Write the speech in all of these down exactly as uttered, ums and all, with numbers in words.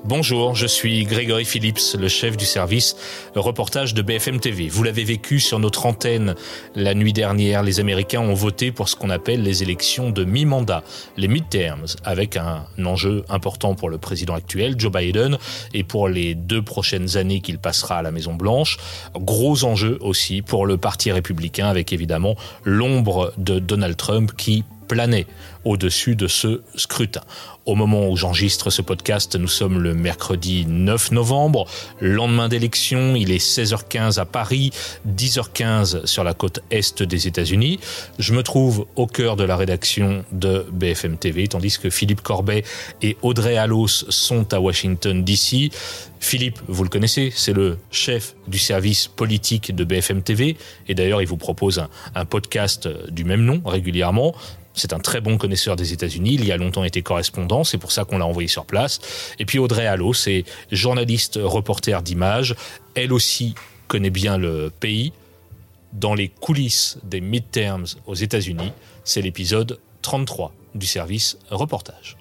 Bonjour, je suis Grégory Phillips, le chef du service reportage de B F M T V. Vous l'avez vécu sur notre antenne la nuit dernière. Les Américains ont voté pour ce qu'on appelle les élections de mi-mandat, les midterms, avec un enjeu important pour le président actuel, Joe Biden, et pour les deux prochaines années qu'il passera à la Maison-Blanche. Gros enjeu aussi pour le Parti républicain, avec évidemment l'ombre de Donald Trump qui planait au-dessus de ce scrutin. Au moment où j'enregistre ce podcast, nous sommes le mercredi neuf novembre, lendemain d'élection, il est seize heures quinze à Paris, dix heures quinze sur la côte est des États-Unis. Je me trouve au cœur de la rédaction de B F M T V, tandis que Philippe Corbet et Audrey Allos sont à Washington D C. Philippe, vous le connaissez, c'est le chef du service politique de B F M T V, et d'ailleurs il vous propose un, un podcast du même nom régulièrement. C'est un très bon connaisseur des États-Unis, il y a longtemps été correspondant, c'est pour ça qu'on l'a envoyé sur place. Et puis Audrey Allos, c'est journaliste, reporter d'images, elle aussi connaît bien le pays. Dans les coulisses des midterms aux États-Unis, c'est l'épisode trente-trois du service reportage.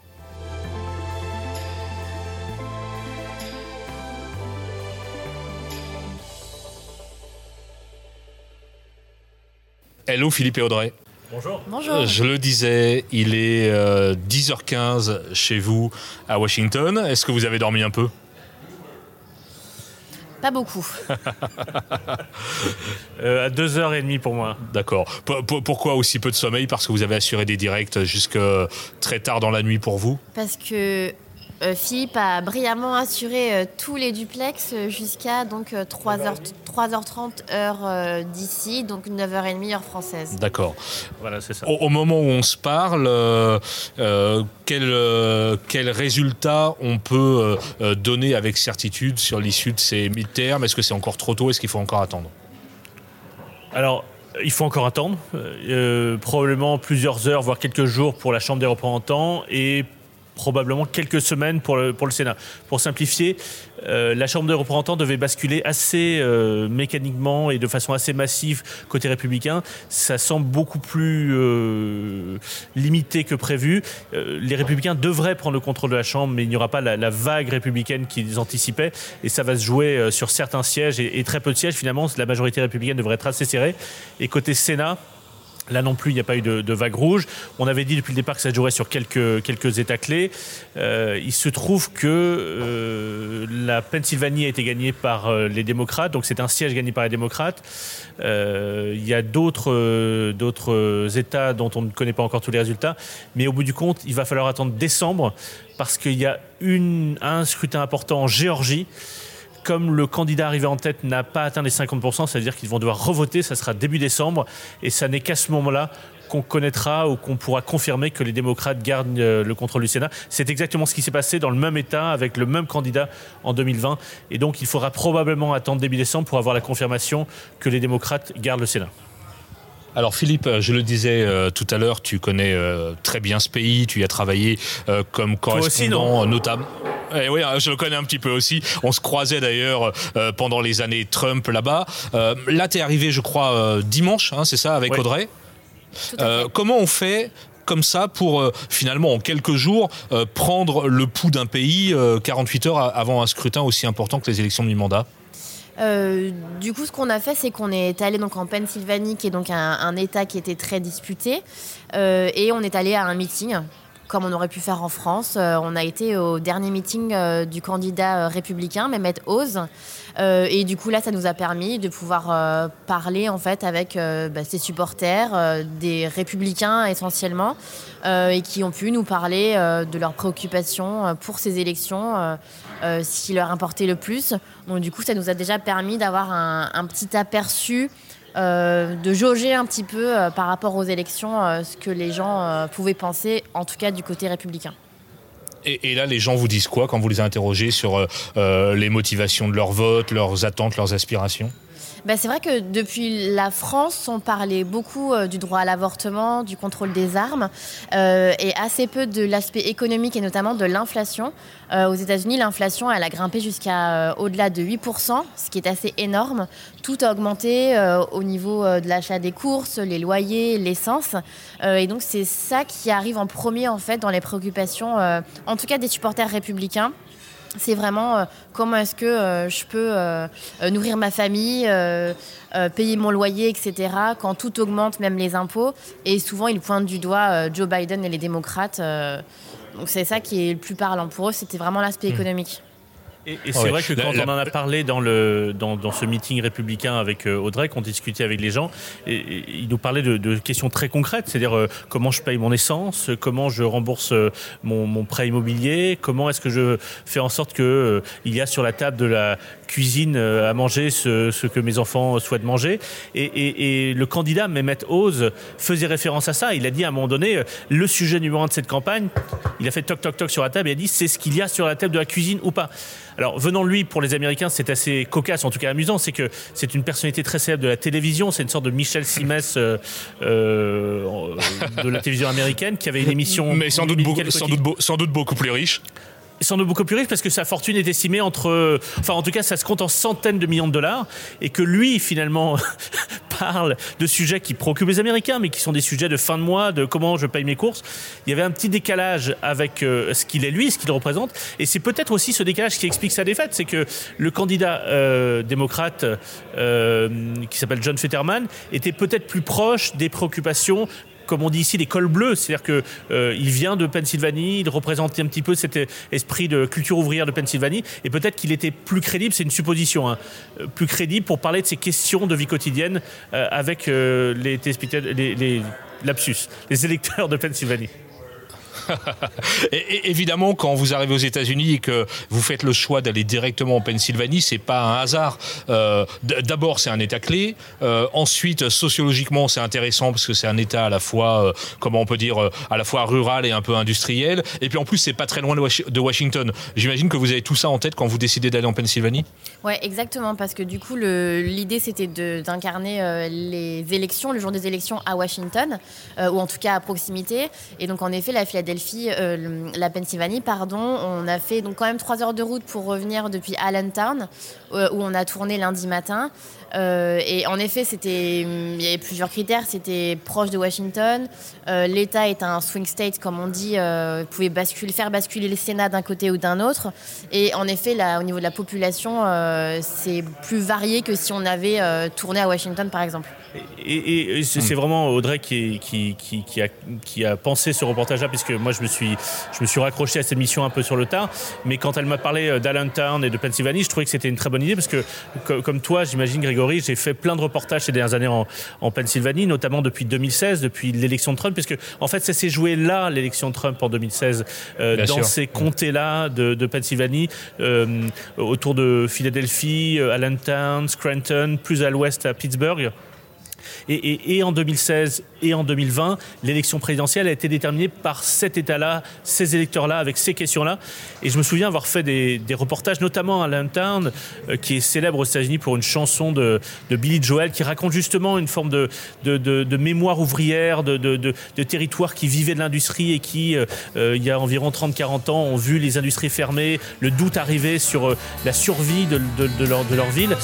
Hello Philippe et Audrey. Bonjour. Bonjour. Je le disais, il est euh, dix heures quinze chez vous à Washington. Est-ce que vous avez dormi un peu ? Pas beaucoup. euh, à deux heures trente pour moi. D'accord. P- p- pourquoi aussi peu de sommeil ? Parce que vous avez assuré des directs jusque très tard dans la nuit pour vous ? Parce que euh, Philippe a brillamment assuré euh, tous les duplex euh, jusqu'à donc euh, trois heures trente heure euh, d'ici, donc neuf heures trente heure française. D'accord. Voilà, c'est ça. Au, au moment où on se parle, euh, euh, quel, euh, quel résultat on peut euh, donner avec certitude sur l'issue de ces midterms ? Est-ce que c'est encore trop tôt ? Est-ce qu'il faut encore attendre ? Alors, il faut encore attendre. Euh, probablement plusieurs heures, voire quelques jours pour la Chambre des représentants et probablement quelques semaines pour le, pour le Sénat. Pour simplifier, euh, la Chambre des représentants devait basculer assez euh, mécaniquement et de façon assez massive côté républicain. Ça semble beaucoup plus euh, limité que prévu. Euh, les républicains devraient prendre le contrôle de la Chambre, mais il n'y aura pas la, la vague républicaine qu'ils anticipaient. Et ça va se jouer euh, sur certains sièges et, et très peu de sièges. Finalement, la majorité républicaine devrait être assez serrée. Et côté Sénat, là non plus, il n'y a pas eu de, de vague rouge. On avait dit depuis le départ que ça jouerait sur quelques, quelques États clés. Euh, il se trouve que euh, la Pennsylvanie a été gagnée par euh, les démocrates, donc c'est un siège gagné par les démocrates. Euh, il y a d'autres, euh, d'autres États dont on ne connaît pas encore tous les résultats, mais au bout du compte, il va falloir attendre décembre parce qu'il y a une, un scrutin important en Géorgie. Comme le candidat arrivé en tête n'a pas atteint les cinquante pour cent, c'est-à-dire qu'ils vont devoir revoter, ça sera début décembre, et ça n'est qu'à ce moment-là qu'on connaîtra ou qu'on pourra confirmer que les démocrates gardent le contrôle du Sénat. C'est exactement ce qui s'est passé dans le même État, avec le même candidat en deux mille vingt, et donc il faudra probablement attendre début décembre pour avoir la confirmation que les démocrates gardent le Sénat. Alors Philippe, je le disais euh, tout à l'heure, tu connais euh, très bien ce pays, tu y as travaillé euh, comme correspondant notamment. Eh oui, je le connais un petit peu aussi. On se croisait d'ailleurs euh, pendant les années Trump là-bas. Euh, là, tu es arrivé, je crois, euh, dimanche, hein, c'est ça, avec oui. Audrey. Euh, comment on fait comme ça pour euh, finalement en quelques jours euh, prendre le pouls d'un pays euh, quarante-huit heures avant un scrutin aussi important que les élections de mi-mandat ? Euh, du coup, ce qu'on a fait, c'est qu'on est allé donc en Pennsylvanie, qui est donc un, un État qui était très disputé, euh, et on est allé à un meeting, comme on aurait pu faire en France. Euh, on a été au dernier meeting euh, du candidat euh, républicain, Mehmet Oz, euh, et du coup là, ça nous a permis de pouvoir euh, parler en fait avec euh, bah, ses supporters, euh, des républicains essentiellement, euh, et qui ont pu nous parler euh, de leurs préoccupations euh, pour ces élections. Euh, Euh, ce qui leur importait le plus. Donc du coup, ça nous a déjà permis d'avoir un, un petit aperçu, euh, de jauger un petit peu euh, par rapport aux élections, euh, ce que les gens euh, pouvaient penser, en tout cas du côté républicain. Et, et là, les gens vous disent quoi quand vous les interrogez sur euh, les motivations de leur vote, leurs attentes, leurs aspirations ? Ben, c'est vrai que depuis la France, on parlait beaucoup euh, du droit à l'avortement, du contrôle des armes, euh, et assez peu de l'aspect économique et notamment de l'inflation. Euh, aux États-Unis, l'inflation, elle a grimpé jusqu'à euh, au-delà de huit pour cent, ce qui est assez énorme. Tout a augmenté euh, au niveau euh, de l'achat des courses, les loyers, l'essence. Euh, et donc, c'est ça qui arrive en premier, en fait, dans les préoccupations, euh, en tout cas des supporters républicains. C'est vraiment euh, comment est-ce que euh, je peux euh, euh, nourrir ma famille, euh, euh, payer mon loyer, et cetera. Quand tout augmente, même les impôts. Et souvent, ils pointent du doigt euh, Joe Biden et les démocrates. Euh, donc c'est ça qui est le plus parlant pour eux. C'était vraiment l'aspect mmh. économique. Et, et c'est ouais. vrai que quand la, la... on en a parlé dans, le, dans, dans ce meeting républicain avec euh, Audrey, qu'on discutait avec les gens, et, et, il nous parlait de, de questions très concrètes, c'est-à-dire euh, comment je paye mon essence, comment je rembourse euh, mon, mon prêt immobilier, comment est-ce que je fais en sorte qu'il euh, y a sur la table de la cuisine euh, à manger ce, ce que mes enfants souhaitent manger. Et, et, et le candidat Mehmet Oz faisait référence à ça. Il a dit à un moment donné, euh, le sujet numéro un de cette campagne, il a fait toc toc toc sur la table et a dit c'est ce qu'il y a sur la table de la cuisine ou pas. Alors, venant de lui, pour les Américains, c'est assez cocasse, en tout cas amusant. C'est que c'est une personnalité très célèbre de la télévision. C'est une sorte de Michel Simès euh, euh, de la télévision américaine qui avait une émission... Mais sans doute, beaucoup, sans, doute, sans doute beaucoup plus riche. Sans doute beaucoup plus riche parce que sa fortune est estimée entre... Enfin, en tout cas, ça se compte en centaines de millions de dollars. Et que lui, finalement, parle de sujets qui préoccupent les Américains, mais qui sont des sujets de fin de mois, de comment je paye mes courses. Il y avait un petit décalage avec euh, ce qu'il est lui, ce qu'il représente. Et c'est peut-être aussi ce décalage qui explique sa défaite. C'est que le candidat euh, démocrate euh, qui s'appelle John Fetterman était peut-être plus proche des préoccupations, comme on dit ici, des cols bleus, c'est-à-dire qu'il euh, vient de Pennsylvanie, il représente un petit peu cet esprit de culture ouvrière de Pennsylvanie, et peut-être qu'il était plus crédible, c'est une supposition, hein, plus crédible pour parler de ces questions de vie quotidienne euh, avec euh, les, les, les lapsus, les électeurs de Pennsylvanie. et, et évidemment, quand vous arrivez aux États-Unis et que vous faites le choix d'aller directement en Pennsylvanie, c'est pas un hasard. Euh, d'abord, c'est un État clé. Euh, ensuite, sociologiquement, c'est intéressant parce que c'est un État à la fois, euh, comment on peut dire, euh, à la fois rural et un peu industriel. Et puis en plus, c'est pas très loin de, Washi- de Washington. J'imagine que vous avez tout ça en tête quand vous décidez d'aller en Pennsylvanie. Ouais, exactement, parce que du coup, le, l'idée c'était de, d'incarner euh, les élections, le jour des élections à Washington, euh, ou en tout cas à proximité. Et donc, en effet, la Philadelphie. Euh, la Pennsylvanie, pardon, on a fait donc quand même trois heures de route pour revenir depuis Allentown, euh, où on a tourné lundi matin. Euh, et en effet, c'était, il y avait plusieurs critères. C'était proche de Washington. Euh, L'État est un swing state, comme on dit. Euh, pouvait basculer, faire basculer le Sénat d'un côté ou d'un autre. Et en effet, là, au niveau de la population, euh, c'est plus varié que si on avait euh, tourné à Washington, par exemple. Et, et, et c'est, c'est vraiment Audrey qui, qui, qui, qui, a, qui a pensé ce reportage-là, puisque moi je me suis, je me suis raccroché à cette mission un peu sur le tard. Mais quand elle m'a parlé d'Allentown et de Pennsylvanie, je trouvais que c'était une très bonne idée, parce que comme toi, j'imagine, Grégory, j'ai fait plein de reportages ces dernières années en, en Pennsylvanie, notamment depuis deux mille seize, depuis l'élection de Trump, puisque en fait ça s'est joué là, l'élection de Trump en deux mille seize, euh, dans sûr. ces comtés-là de, de Pennsylvanie, euh, autour de Philadelphie, Allentown, Scranton, plus à l'ouest à Pittsburgh. Et, et, et en deux mille seize et en deux mille vingt, l'élection présidentielle a été déterminée par cet État-là, ces électeurs-là, avec ces questions-là. Et je me souviens avoir fait des, des reportages, notamment à Allentown, euh, qui est célèbre aux États-Unis pour une chanson de, de Billy Joel, qui raconte justement une forme de, de, de, de mémoire ouvrière, de, de, de, de territoire qui vivait de l'industrie et qui, euh, euh, il y a environ trente à quarante ans, ont vu les industries fermer, le doute arriver sur euh, la survie de, de, de, leur, de leur ville.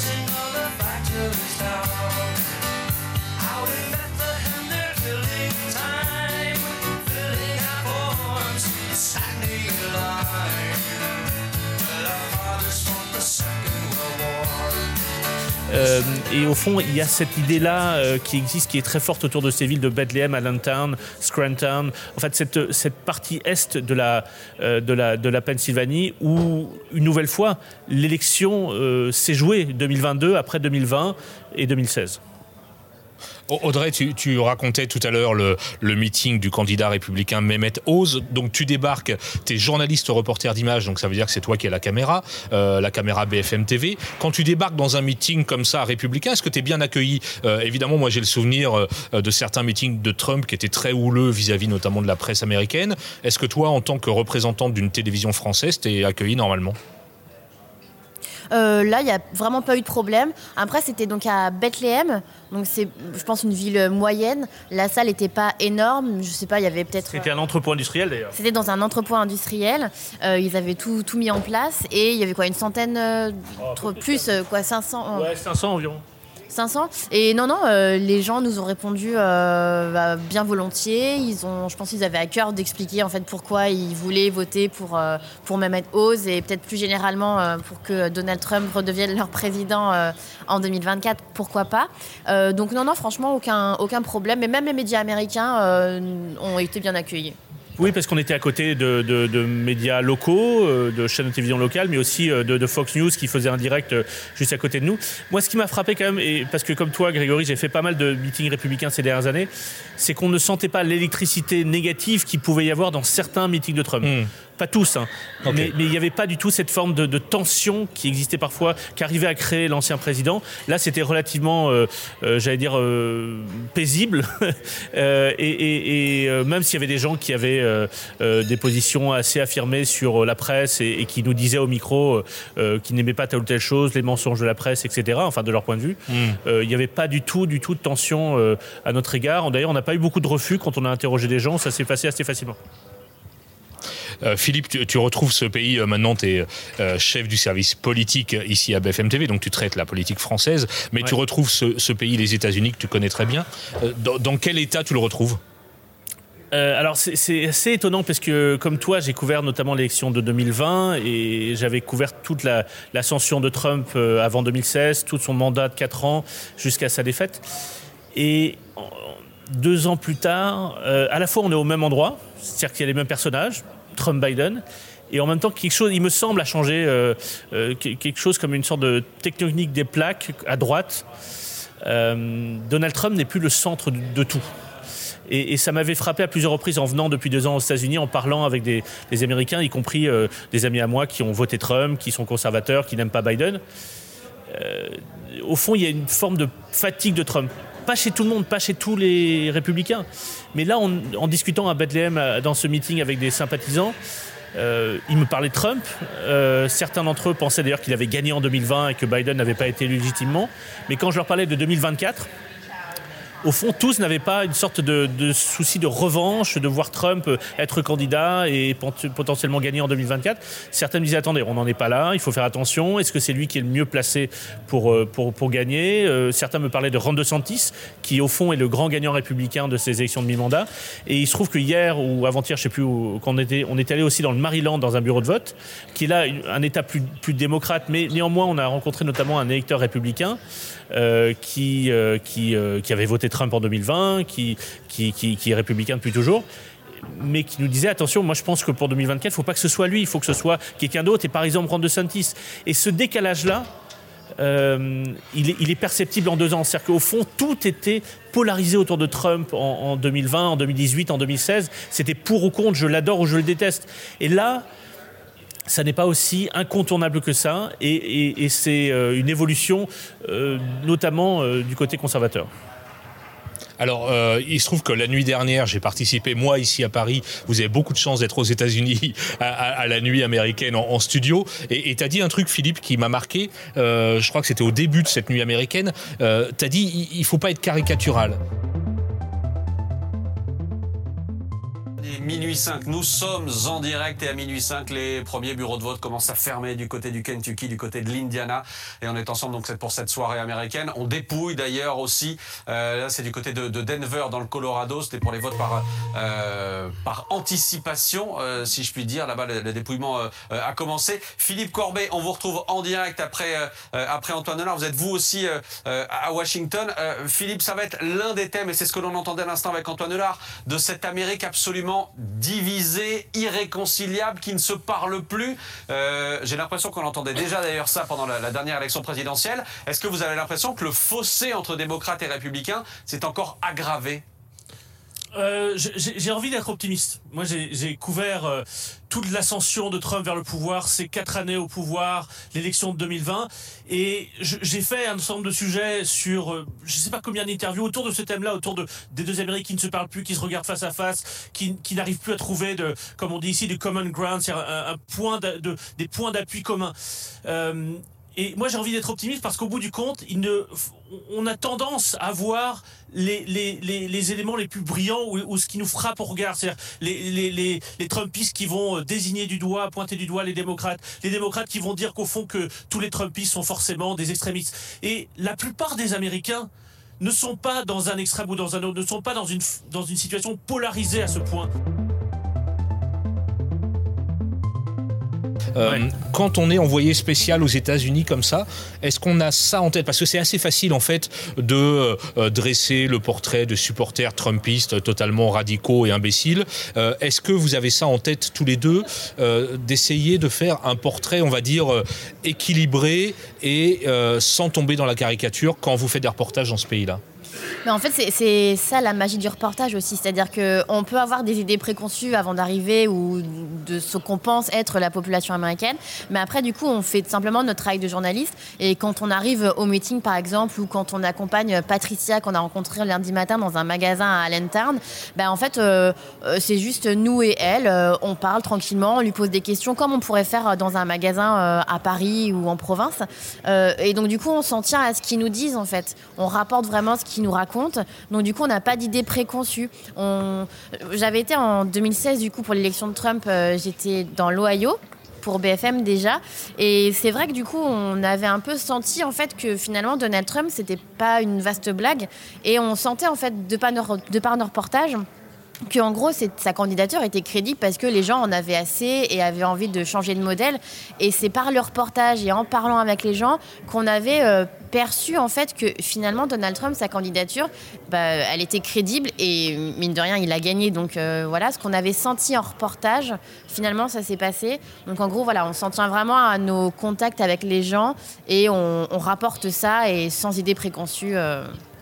Euh, et au fond, il y a cette idée-là euh, qui existe, qui est très forte autour de ces villes de Bethlehem, Allentown, Scranton. En fait, cette, cette partie est de la, euh, de, la, de la Pennsylvanie où, une nouvelle fois, l'élection euh, s'est jouée deux mille vingt-deux, après deux mille vingt et deux mille seize. Audrey, tu, tu racontais tout à l'heure le, le meeting du candidat républicain Mehmet Oz. Donc tu débarques, tu es journaliste reporter d'images, donc ça veut dire que c'est toi qui as la caméra, euh, la caméra B F M T V. Quand tu débarques dans un meeting comme ça républicain, est-ce que tu es bien accueilli ? euh, Évidemment, moi j'ai le souvenir euh, de certains meetings de Trump qui étaient très houleux vis-à-vis notamment de la presse américaine. Est-ce que toi, en tant que représentante d'une télévision française, tu es accueilli normalement ? Euh, là, il n'y a vraiment pas eu de problème. Après, c'était donc à Bethléem. Donc, c'est, je pense, une ville moyenne. La salle n'était pas énorme. Je ne sais pas, il y avait peut-être... C'était un entrepôt industriel, d'ailleurs. C'était dans un entrepôt industriel. Euh, ils avaient tout, tout mis en place. Et il y avait quoi, une centaine, euh, oh, trop, plus, euh, quoi, cinq cents... Ouais, cinq cents environ. cinq cents. Et non, non, euh, les gens nous ont répondu euh, bah, bien volontiers. Ils ont, je pense qu'ils avaient à cœur d'expliquer en fait pourquoi ils voulaient voter pour, euh, pour Mehmet Oz et peut-être plus généralement euh, pour que Donald Trump redevienne leur président euh, en deux mille vingt-quatre, pourquoi pas. Euh, donc non, non, franchement, aucun, aucun problème. Et même les médias américains euh, ont été bien accueillis. Oui, parce qu'on était à côté de, de, de médias locaux, euh, de chaînes de télévision locales, mais aussi euh, de, de Fox News qui faisait un direct euh, juste à côté de nous. Moi, ce qui m'a frappé quand même, et parce que comme toi, Grégory, j'ai fait pas mal de meetings républicains ces dernières années, c'est qu'on ne sentait pas l'électricité négative qu'il pouvait y avoir dans certains meetings de Trump. Mmh. Pas tous, hein. Okay. mais, mais il n'y avait pas du tout cette forme de, de tension qui existait parfois, qu'arrivait à créer l'ancien président. Là, c'était relativement, euh, euh, j'allais dire, euh, paisible. euh, et et, et euh, même s'il y avait des gens qui avaient euh, euh, des positions assez affirmées sur la presse et, et qui nous disaient au micro euh, qu'ils n'aimaient pas telle ou telle chose, les mensonges de la presse, et cetera, enfin de leur point de vue, mm. euh, il n'y avait pas du tout, du tout de tension euh, à notre égard. D'ailleurs, on n'a pas eu beaucoup de refus quand on a interrogé des gens, ça s'est passé assez facilement. Euh, Philippe, tu, tu retrouves ce pays, euh, maintenant tu es euh, chef du service politique ici à B F M T V, donc tu traites la politique française, mais ouais. tu retrouves ce, ce pays, les États-Unis, que tu connais très bien. Euh, dans, dans quel état tu le retrouves ? Euh, alors c'est, c'est assez étonnant parce que comme toi j'ai couvert notamment l'élection de deux mille vingt et j'avais couvert toute la, l'ascension de Trump euh, avant deux mille seize, tout son mandat de quatre ans jusqu'à sa défaite. Et deux ans plus tard, euh, à la fois on est au même endroit, c'est-à-dire qu'il y a les mêmes personnages, Trump-Biden, et en même temps quelque chose, il me semble, a changé euh, euh, quelque chose comme une sorte de tectonique des plaques à droite. Euh, Donald Trump n'est plus le centre de, de tout. Et, et ça m'avait frappé à plusieurs reprises en venant depuis deux ans aux États-Unis, en parlant avec des, des Américains, y compris euh, des amis à moi qui ont voté Trump, qui sont conservateurs, qui n'aiment pas Biden. Euh, au fond, il y a une forme de fatigue de Trump. Pas chez tout le monde, pas chez tous les républicains. Mais là, on, en discutant à Bethléem, dans ce meeting avec des sympathisants, euh, ils me parlaient de Trump. Euh, certains d'entre eux pensaient d'ailleurs qu'il avait gagné en deux mille vingt et que Biden n'avait pas été élu légitimement. Mais quand je leur parlais de deux mille vingt-quatre, au fond, tous n'avaient pas une sorte de, de souci de revanche, de voir Trump être candidat et potentiellement gagner en deux mille vingt-quatre. Certains me disaient, attendez, on n'en est pas là, il faut faire attention. Est-ce que c'est lui qui est le mieux placé pour, pour, pour gagner ? euh, Certains me parlaient de Ron DeSantis, qui au fond est le grand gagnant républicain de ces élections de mi-mandat. Et il se trouve que hier ou avant-hier, je ne sais plus où, quand on était, on est allé aussi dans le Maryland, dans un bureau de vote, qui est là un État plus, plus démocrate, mais néanmoins, on a rencontré notamment un électeur républicain euh, qui, euh, qui, euh, qui avait voté Trump en deux mille vingt, qui, qui, qui, qui est républicain depuis toujours, mais qui nous disait, attention, moi je pense que pour deux mille vingt-quatre, il ne faut pas que ce soit lui, il faut que ce soit quelqu'un d'autre, et par exemple Ron DeSantis. Et ce décalage-là, euh, il, est, il est perceptible en deux ans. C'est-à-dire qu'au fond, tout était polarisé autour de Trump en, en deux mille vingt, en deux mille dix-huit, en deux mille seize. C'était pour ou contre, je l'adore ou je le déteste. Et là, ça n'est pas aussi incontournable que ça, et, et, et c'est euh, une évolution, euh, notamment euh, du côté conservateur. Alors, euh, il se trouve que la nuit dernière, j'ai participé, moi, ici à Paris. Vous avez beaucoup de chance d'être aux États-Unis à, à, à la nuit américaine en, en studio. Et tu as dit un truc, Philippe, qui m'a marqué. Euh, je crois que c'était au début de cette nuit américaine. Euh, tu as dit, il ne faut pas être caricatural. Minuit cinq, nous sommes en direct et à minuit cinq, les premiers bureaux de vote commencent à fermer du côté du Kentucky, du côté de l'Indiana, et on est ensemble donc pour cette soirée américaine. On dépouille d'ailleurs aussi, euh, là c'est du côté de, de Denver dans le Colorado, c'était pour les votes par, euh, par anticipation, euh, si je puis dire. Là-bas le, le dépouillement euh, a commencé. Philippe Corbet, on vous retrouve en direct après, euh, après Antoine Renard. Vous êtes vous aussi euh, à Washington. Euh, Philippe, ça va être l'un des thèmes, et c'est ce que l'on entendait à l'instant avec Antoine Renard, de cette Amérique absolument divisé, irréconciliable, qui ne se parle plus. Euh, j'ai l'impression qu'on entendait déjà d'ailleurs ça pendant la, la dernière élection présidentielle. Est-ce que vous avez l'impression que le fossé entre démocrates et républicains s'est encore aggravé ? Euh, j'ai, j'ai envie d'être optimiste. Moi, j'ai, j'ai couvert euh, toute l'ascension de Trump vers le pouvoir, ces quatre années au pouvoir, l'élection de deux mille vingt, et je, j'ai fait un certain nombre de sujets sur, euh, je ne sais pas combien d'interviews autour de ce thème-là, autour de des deux Amériques qui ne se parlent plus, qui se regardent face à face, qui, qui n'arrivent plus à trouver de, comme on dit ici, du common ground, c'est-à-dire un, un point de, de, des points d'appui communs. Euh, Et moi, j'ai envie d'être optimiste parce qu'au bout du compte, il ne, on a tendance à voir les, les, les, les éléments les plus brillants ou, ou ce qui nous frappe au regard. C'est-à-dire les, les, les, les Trumpistes qui vont désigner du doigt, pointer du doigt les démocrates. Les démocrates qui vont dire qu'au fond, que tous les Trumpistes sont forcément des extrémistes. Et la plupart des Américains ne sont pas dans un extrême ou dans un autre, ne sont pas dans une, dans une situation polarisée à ce point. Euh, Ouais. Quand on est envoyé spécial aux États-Unis comme ça, est-ce qu'on a ça en tête? Parce que c'est assez facile en fait de euh, dresser le portrait de supporters trumpistes totalement radicaux et imbéciles. Euh, est-ce que vous avez ça en tête tous les deux, euh, d'essayer de faire un portrait, on va dire, euh, équilibré et euh, sans tomber dans la caricature quand vous faites des reportages dans ce pays-là? Mais en fait, c'est, c'est ça la magie du reportage aussi. C'est-à-dire qu'on peut avoir des idées préconçues avant d'arriver ou de ce qu'on pense être la population américaine. Mais après, du coup, on fait simplement notre travail de journaliste. Et quand on arrive au meeting, par exemple, ou quand on accompagne Patricia, qu'on a rencontrée lundi matin dans un magasin à Allentown, ben, en fait, euh, c'est juste nous et elle. Euh, on parle tranquillement, on lui pose des questions comme on pourrait faire dans un magasin euh, à Paris ou en province. Euh, et donc, du coup, on s'en tient à ce qu'ils nous disent, en fait. On rapporte vraiment ce qu'ils nous racontent. Donc du coup, on n'a pas d'idée préconçue. On... J'avais été en deux mille seize du coup pour l'élection de Trump. Euh, j'étais dans l'Ohio pour B F M déjà, et c'est vrai que du coup, on avait un peu senti en fait que finalement Donald Trump c'était pas une vaste blague, et on sentait en fait de par nos, de par nos reportages que en gros c'est, sa candidature était crédible parce que les gens en avaient assez et avaient envie de changer de modèle, et c'est par le reportage et en parlant avec les gens qu'on avait euh, perçu en fait que finalement Donald Trump, sa candidature, bah, elle était crédible et mine de rien il a gagné, donc euh, voilà ce qu'on avait senti en reportage finalement ça s'est passé. Donc en gros voilà, on s'en tient vraiment à nos contacts avec les gens et on, on rapporte ça et sans idée préconçue. euh,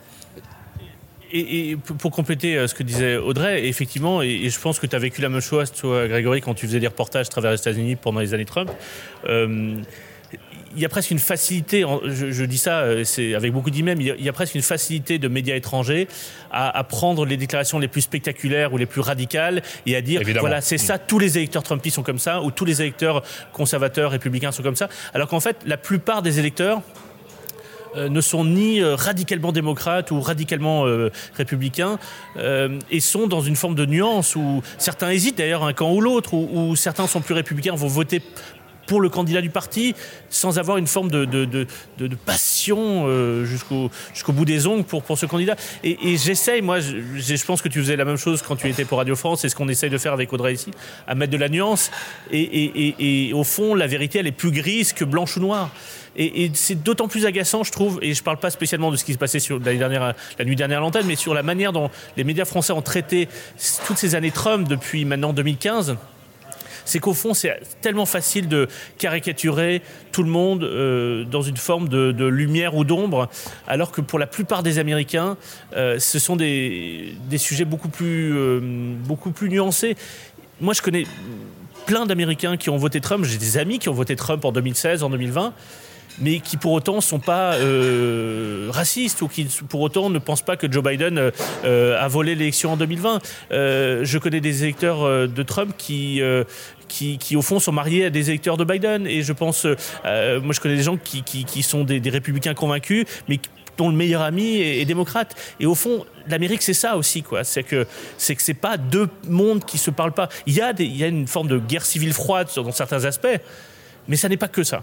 Et, et pour compléter ce que disait Audrey, effectivement, et, et je pense que tu as vécu la même chose, toi, Grégory, quand tu faisais des reportages à travers les États-Unis pendant les années Trump. Euh, il y a presque une facilité, je, je dis ça c'est avec beaucoup d'imams, il y a presque une facilité de médias étrangers à, à prendre les déclarations les plus spectaculaires ou les plus radicales et à dire, évidemment, voilà, c'est ça, tous les électeurs trumpistes sont comme ça, ou tous les électeurs conservateurs, républicains sont comme ça, alors qu'en fait, la plupart des électeurs Euh, ne sont ni euh, radicalement démocrates ou radicalement euh, républicains euh, et sont dans une forme de nuance où certains hésitent d'ailleurs un camp ou l'autre, où, où certains sont plus républicains, vont voter pour le candidat du parti sans avoir une forme de, de, de, de, de passion euh, jusqu'au, jusqu'au bout des ongles pour, pour ce candidat. Et, et j'essaye, moi, je, je pense que tu faisais la même chose quand tu étais pour Radio France, c'est ce qu'on essaye de faire avec Audrey ici, à mettre de la nuance. Et, et, et, et au fond, la vérité, elle est plus grise que blanche ou noire. Et, et c'est d'autant plus agaçant, je trouve, et je ne parle pas spécialement de ce qui se passait sur l'année dernière, la nuit dernière à l'antenne, mais sur la manière dont les médias français ont traité toutes ces années Trump depuis maintenant deux mille quinze. C'est qu'au fond, c'est tellement facile de caricaturer tout le monde euh, dans une forme de, de lumière ou d'ombre, alors que pour la plupart des Américains, euh, ce sont des, des sujets beaucoup plus, euh, beaucoup plus nuancés. Moi, je connais plein d'Américains qui ont voté Trump. J'ai des amis qui ont voté Trump en deux mille seize, en deux mille vingt, mais qui pour autant ne sont pas euh, racistes ou qui pour autant ne pensent pas que Joe Biden euh, a volé l'élection en deux mille vingt. Euh, je connais des électeurs euh, de Trump qui, euh, qui, qui, au fond, sont mariés à des électeurs de Biden. Et je pense, euh, moi je connais des gens qui, qui, qui sont des, des républicains convaincus, mais dont le meilleur ami est, est démocrate. Et au fond, l'Amérique, c'est ça aussi, quoi. C'est que c'est que c'est pas deux mondes qui se parlent pas. Il y a des, il y a une forme de guerre civile froide dans certains aspects, mais ça n'est pas que ça.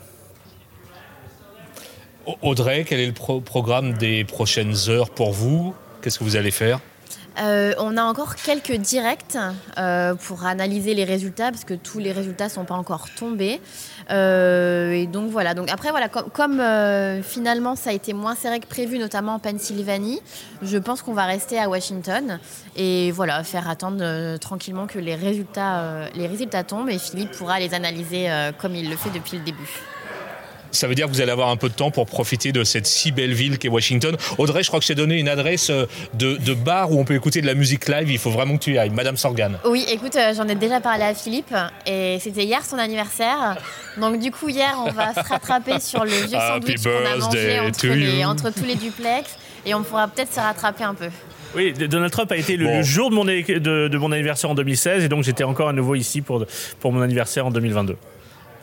Audrey, quel est le pro- programme des prochaines heures pour vous? Qu'est-ce que vous allez faire? Euh, on a encore quelques directs euh, pour analyser les résultats parce que tous les résultats ne sont pas encore tombés. Euh, et donc voilà. Donc après voilà, com- comme euh, finalement ça a été moins serré que prévu, notamment en Pennsylvanie, je pense qu'on va rester à Washington et voilà, faire attendre euh, tranquillement que les résultats, euh, les résultats tombent et Philippe pourra les analyser euh, comme il le fait depuis le début. Ça veut dire que vous allez avoir un peu de temps pour profiter de cette si belle ville qu'est Washington. Audrey, je crois que je t'ai donné une adresse de, de bar où on peut écouter de la musique live. Il faut vraiment que tu y ailles. Madame Sorgan. Oui, écoute, euh, j'en ai déjà parlé à Philippe et c'était hier son anniversaire. Donc du coup, hier, on va se rattraper sur le vieux sandwich qu'on a mangé entre, les, entre tous les duplex et on pourra peut-être se rattraper un peu. Oui, Donald Trump a été le, bon. le jour de mon, de, de mon anniversaire en deux mille seize et donc j'étais encore à nouveau ici pour, pour mon anniversaire en deux mille vingt-deux.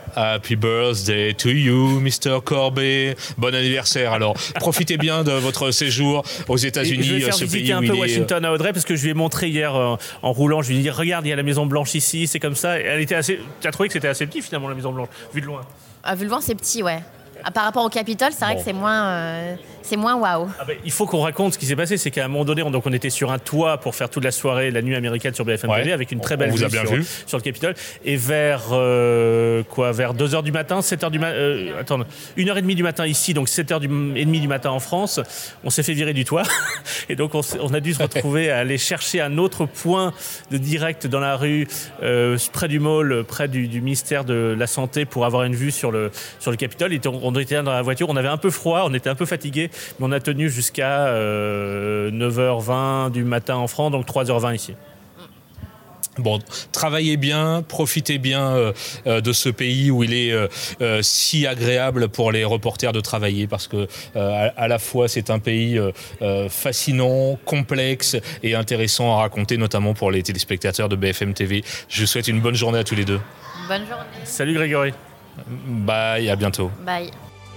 Happy birthday to you, mister Corbet. Bon anniversaire. Alors, profitez bien de votre séjour aux États-Unis, je vais faire ce visiter pays un où peu il Washington à Audrey parce que je lui ai montré hier euh, en roulant. Je lui ai dit regarde, il y a la Maison Blanche ici, c'est comme ça. Et elle était assez. Tu as trouvé que c'était assez petit finalement la Maison Blanche, vu de loin. Ah, vu le loin, c'est petit, ouais. Ah, par rapport au Capitole, c'est vrai Bon. que c'est moins, euh, c'est moins waouh. Ah ben, il faut qu'on raconte ce qui s'est passé. C'est qu'à un moment donné, on, donc on était sur un toit pour faire toute la soirée, la nuit américaine sur B F M T V, Ouais. avec une très On belle vous vue a bien sur, vu. sur le Capitole. Et vers euh, quoi, vers deux heures du matin, sept heures du matin, euh, attends, une heure trente du matin ici, donc sept heures trente du matin en France, on s'est fait virer du toit. Et donc on, on a dû se retrouver à aller chercher un autre point de direct dans la rue, euh, près du mall, près du, du ministère de la Santé, pour avoir une vue sur le sur le Capitole. Et on, on était dans la voiture. On avait un peu froid, on était un peu fatigué, mais on a tenu jusqu'à euh, neuf heures vingt du matin en France, donc trois heures vingt ici. Bon, travaillez bien, profitez bien euh, euh, de ce pays où il est euh, euh, si agréable pour les reporters de travailler, parce que euh, à, à la fois c'est un pays euh, euh, fascinant, complexe et intéressant à raconter, notamment pour les téléspectateurs de B F M T V. Je vous souhaite une bonne journée à tous les deux. Bonne journée. Salut Grégory. Bye, à bientôt. Bye.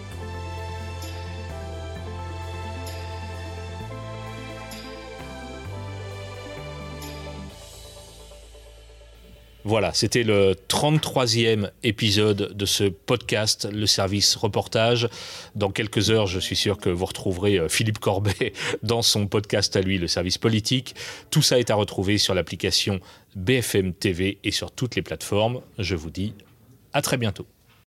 Voilà, c'était le trente-troisième épisode de ce podcast, le service reportage. Dans quelques heures, je suis sûr que vous retrouverez Philippe Corbet dans son podcast à lui, le service politique. Tout ça est à retrouver sur l'application B F M T V et sur toutes les plateformes. Je vous dis à très bientôt.